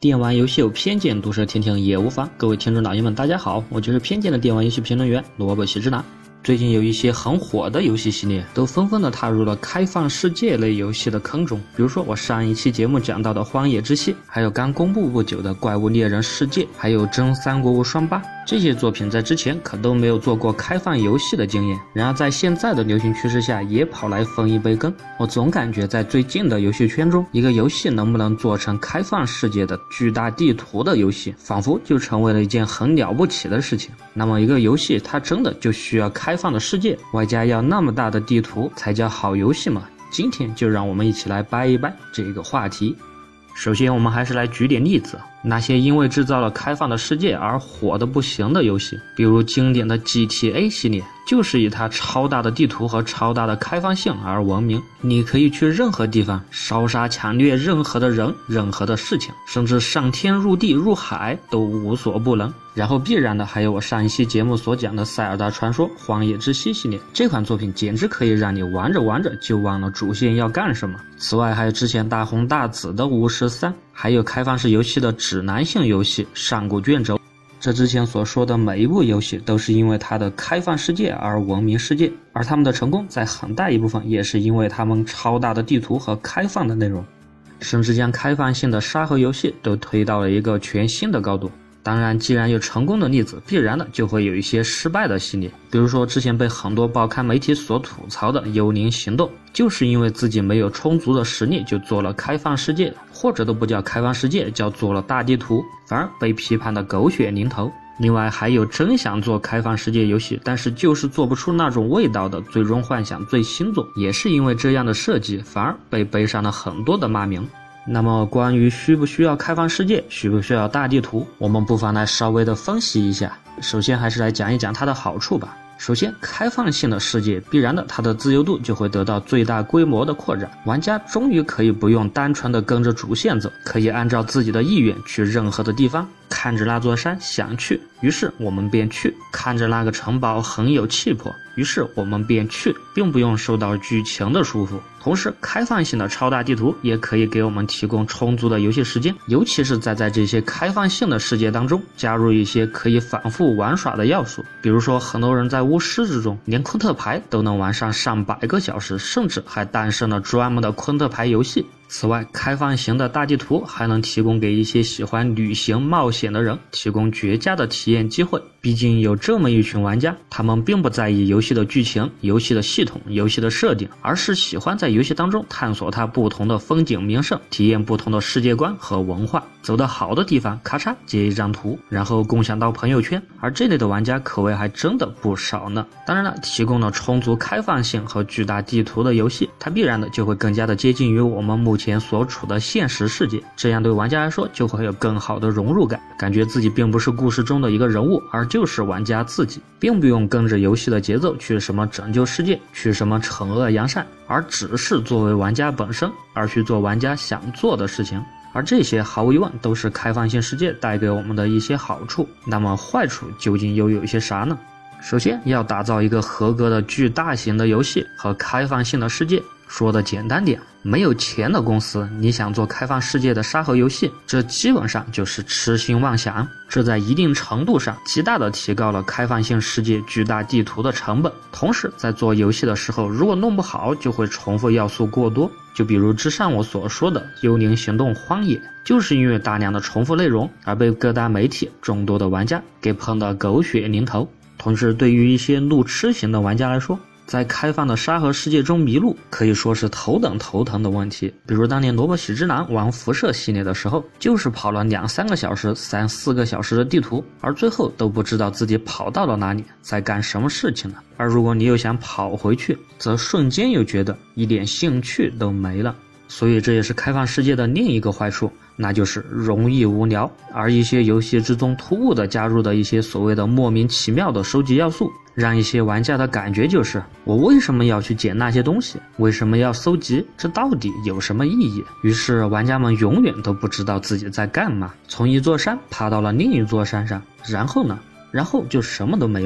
电玩游戏有偏见，毒舌听听也无妨。各位听众老爷们，大家好，我就是偏见的电玩游戏评论员萝卜喜之郎。最近有一些很火的游戏系列都纷纷的踏入了开放世界类游戏的坑中，比如说我上一期节目讲到的《荒野之息》，还有刚公布不久的《怪物猎人世界》，还有《真三国无双8》，这些作品在之前可都没有做过开放游戏的经验，然而在现在的流行趋势下也跑来分一杯羹。我总感觉在最近的游戏圈中，一个游戏能不能做成开放世界的巨大地图的游戏，仿佛就成为了一件很了不起的事情。那么一个游戏它真的就需要开放的世界，外加要那么大的地图才叫好游戏吗？今天就让我们一起来掰一掰这个话题。首先我们还是来举点例子，那些因为制造了开放的世界而火的不行的游戏，比如经典的 GTA 系列，就是以它超大的地图和超大的开放性而闻名。你可以去任何地方烧杀抢掠任何的人任何的事情，甚至上天入地入海都无所不能。然后必然的还有我上一期节目所讲的塞尔达传说荒野之息系列，这款作品简直可以让你玩着玩着就忘了主线要干什么。此外还有之前大红大紫的巫师3，还有开放式游戏的指南性游戏上古卷轴。这之前所说的每一部游戏都是因为它的开放世界而闻名世界，而他们的成功在很大一部分也是因为他们超大的地图和开放的内容，甚至将开放性的沙盒游戏都推到了一个全新的高度。当然既然有成功的例子，必然的就会有一些失败的系列，比如说之前被很多报刊媒体所吐槽的幽灵行动，就是因为自己没有充足的实力就做了开放世界，或者都不叫开放世界，叫做了大地图，反而被批判的狗血淋头。另外还有真想做开放世界游戏，但是就是做不出那种味道的最终幻想最新作，也是因为这样的设计反而被背上了很多的骂名。那么关于需不需要开放世界，需不需要大地图，我们不妨来稍微的分析一下。首先还是来讲一讲它的好处吧。首先开放性的世界必然的它的自由度就会得到最大规模的扩展，玩家终于可以不用单纯的跟着主线走，可以按照自己的意愿去任何的地方，看着那座山想去，于是我们便去，看着那个城堡很有气魄，于是我们便去，并不用受到剧情的束缚。同时开放性的超大地图也可以给我们提供充足的游戏时间，尤其是在这些开放性的世界当中加入一些可以反复玩耍的要素，比如说很多人在巫师之中连昆特牌都能玩上上百个小时，甚至还诞生了专门的昆特牌游戏。此外开放型的大地图还能提供给一些喜欢旅行冒险的人提供绝佳的体验机会，毕竟有这么一群玩家，他们并不在意游戏的剧情、游戏的系统、游戏的设定，而是喜欢在游戏当中探索它不同的风景名胜，体验不同的世界观和文化，走到好的地方咔嚓截一张图，然后共享到朋友圈，而这类的玩家可谓还真的不少呢。当然了，提供了充足开放性和巨大地图的游戏，它必然的就会更加的接近于我们目前所处的现实世界，这样对玩家来说就会有更好的融入感，感觉自己并不是故事中的一个人物，而就是玩家自己，并不用跟着游戏的节奏去什么拯救世界，去什么惩恶扬善，而只是作为玩家本身而去做玩家想做的事情。而这些毫无疑问都是开放性世界带给我们的一些好处。那么坏处究竟又有一些啥呢？首先要打造一个合格的巨大型的游戏和开放性的世界，说的简单点，没有钱的公司你想做开放世界的沙盒游戏，这基本上就是痴心妄想。这在一定程度上极大的提高了开放性世界巨大地图的成本，同时在做游戏的时候如果弄不好就会重复要素过多，就比如之上我所说的幽灵行动荒野，就是因为大量的重复内容而被各大媒体众多的玩家给喷得狗血淋头。同时对于一些路痴型的玩家来说，在开放的沙盒世界中迷路可以说是头疼的问题。比如当年萝卜喜之郎玩辐射系列的时候，就是跑了2-3个小时、3-4个小时的地图，而最后都不知道自己跑到了哪里，在干什么事情了。而如果你又想跑回去，则瞬间又觉得一点兴趣都没了。所以这也是开放世界的另一个坏处，那就是容易无聊。而一些游戏之中突兀的加入的一些所谓的莫名其妙的收集要素，让一些玩家的感觉就是我为什么要去捡那些东西，为什么要搜集，这到底有什么意义？于是玩家们永远都不知道自己在干嘛，从一座山爬到了另一座山上，然后呢，然后就什么都没有了。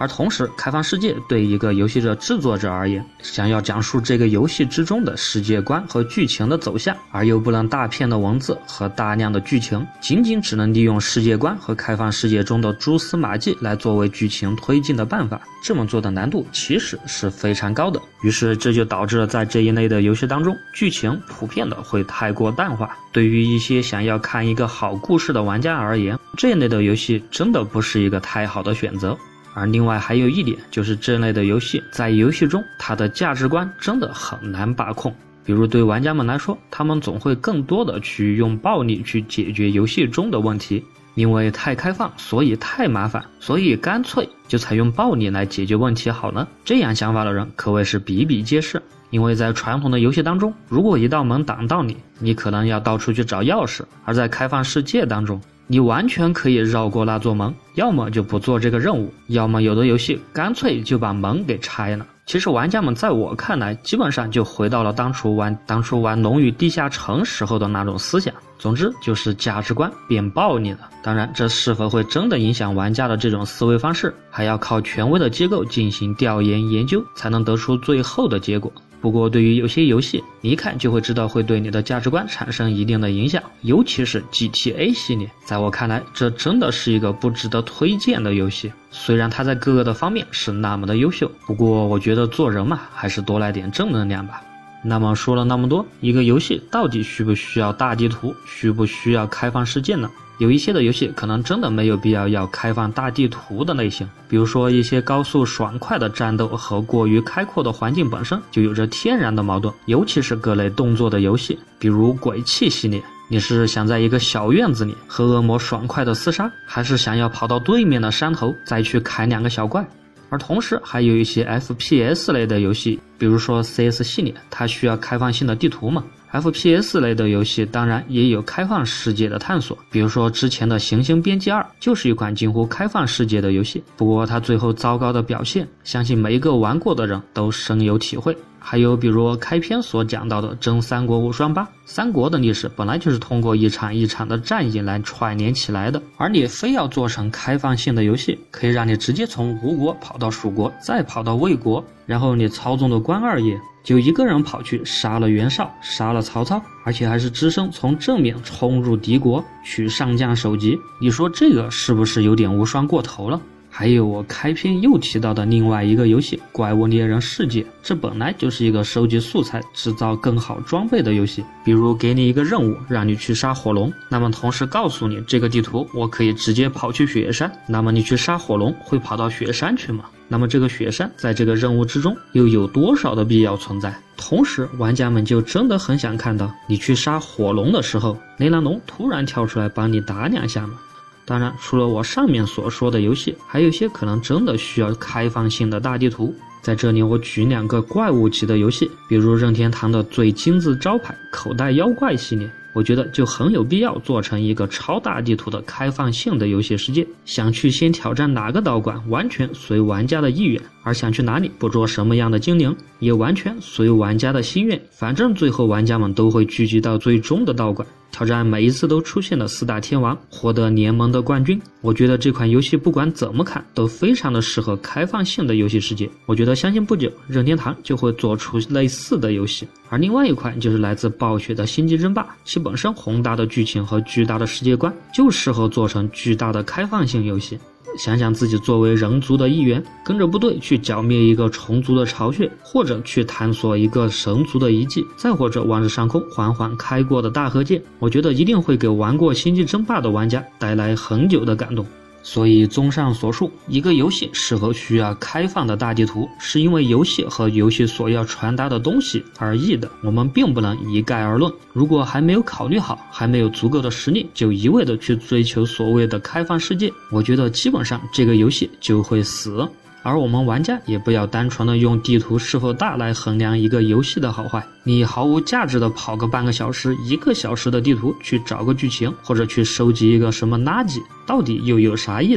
而同时，开放世界对一个游戏的制作者而言，想要讲述这个游戏之中的世界观和剧情的走向，而又不能大片的文字和大量的剧情，仅仅只能利用世界观和开放世界中的蛛丝马迹来作为剧情推进的办法，这么做的难度其实是非常高的。于是这就导致了在这一类的游戏当中，剧情普遍的会太过淡化。对于一些想要看一个好故事的玩家而言，这一类的游戏真的不是一个太好的选择。而另外还有一点，就是这类的游戏在游戏中它的价值观真的很难把控。比如对玩家们来说，他们总会更多的去用暴力去解决游戏中的问题，因为太开放所以太麻烦，所以干脆就采用暴力来解决问题好了。这样想法的人可谓是比比皆是。因为在传统的游戏当中，如果一道门挡到你，你可能要到处去找钥匙，而在开放世界当中，你完全可以绕过那座门，要么就不做这个任务，要么有的游戏干脆就把门给拆了。其实玩家们在我看来基本上就回到了当初玩龙与地下城时候的那种思想，总之就是价值观变暴力了。当然这是否会真的影响玩家的这种思维方式，还要靠权威的机构进行调研研究才能得出最后的结果。不过对于有些游戏，你一看就会知道会对你的价值观产生一定的影响，尤其是 GTA 系列，在我看来这真的是一个不值得推荐的游戏。虽然它在各个的方面是那么的优秀，不过我觉得做人嘛，还是多来点正能量吧。那么说了那么多，一个游戏到底需不需要大地图，需不需要开放世界呢？有一些的游戏可能真的没有必要开放大地图的类型，比如说一些高速爽快的战斗和过于开阔的环境本身就有着天然的矛盾，尤其是各类动作的游戏，比如鬼泣系列，你是想在一个小院子里和恶魔爽快的厮杀，还是想要跑到对面的山头再去砍2个小怪？而同时还有一些 FPS 类的游戏，比如说 CS 系列，它需要开放性的地图嘛。FPS 类的游戏当然也有开放世界的探索，比如说之前的《行星编辑2》就是一款近乎开放世界的游戏，不过它最后糟糕的表现，相信每一个玩过的人都深有体会。还有比如开篇所讲到的真三国无双8，三国的历史本来就是通过一场一场的战役来串联起来的，而你非要做成开放性的游戏，可以让你直接从吴国跑到蜀国，再跑到魏国，然后你操纵的关二爷就一个人跑去杀了袁绍，杀了曹操，而且还是只身从正面冲入敌国取上将首级，你说这个是不是有点无双过头了？还有我开篇又提到的另外一个游戏《怪物猎人世界》，这本来就是一个收集素材制造更好装备的游戏。比如给你一个任务让你去杀火龙，那么同时告诉你这个地图我可以直接跑去雪山，那么你去杀火龙会跑到雪山去吗？那么这个雪山在这个任务之中又有多少的必要存在？同时玩家们就真的很想看到你去杀火龙的时候，雷狼龙突然跳出来帮你打2下吗？当然除了我上面所说的游戏，还有一些可能真的需要开放性的大地图。在这里我举2个怪物级的游戏，比如任天堂的最金字招牌口袋妖怪系列，我觉得就很有必要做成一个超大地图的开放性的游戏世界，想去先挑战哪个道馆完全随玩家的意愿，而想去哪里捕捉什么样的精灵也完全随玩家的心愿，反正最后玩家们都会聚集到最终的道馆，挑战每一次都出现的4大天王，获得联盟的冠军。我觉得这款游戏不管怎么看都非常的适合开放性的游戏世界，我觉得相信不久任天堂就会做出类似的游戏。而另外一款就是来自暴雪的星际争霸，其本身宏大的剧情和巨大的世界观就适合做成巨大的开放性游戏。想想自己作为人族的一员，跟着部队去剿灭一个虫族的巢穴，或者去探索一个神族的遗迹，再或者望着上空缓缓开过的大河界，我觉得一定会给玩过星际争霸的玩家带来很久的感动。所以综上所述，一个游戏是否需要开放的大地图，是因为游戏和游戏所要传达的东西而异的，我们并不能一概而论。如果还没有考虑好，还没有足够的实力，就一味的去追求所谓的开放世界，我觉得基本上这个游戏就会死。而我们玩家也不要单纯的用地图是否大来衡量一个游戏的好坏，你毫无价值的跑个半个小时、1个小时的地图去找个剧情，或者去收集一个什么垃圾，到底又有啥意思？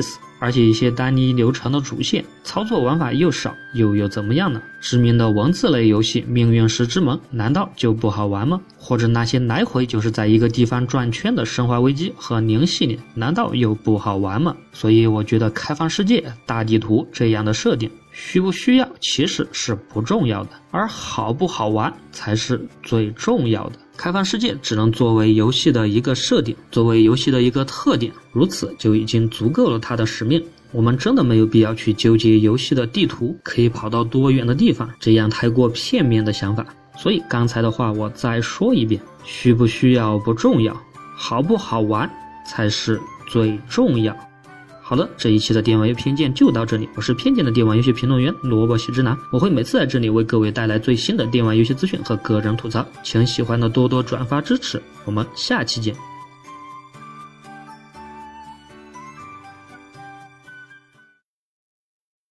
而且一些单一流程的主线，操作玩法又少，又怎么样呢？知名的文字类游戏《命运石之门》难道就不好玩吗？或者那些来回就是在一个地方转圈的《生化危机》和《零》系列难道又不好玩吗？所以我觉得开放世界、大地图这样的设定需不需要其实是不重要的，而好不好玩才是最重要的。开放世界只能作为游戏的一个设定，作为游戏的一个特点，如此就已经足够了它的使命。我们真的没有必要去纠结游戏的地图可以跑到多远的地方，这样太过片面的想法。所以刚才的话我再说一遍，需不需要不重要，好不好玩才是最重要。好的，这一期的电玩游戏偏见就到这里，我是偏见的电玩游戏评论员萝卜喜之男，我会每次在这里为各位带来最新的电玩游戏资讯和个人吐槽，请喜欢的多多转发支持，我们下期见。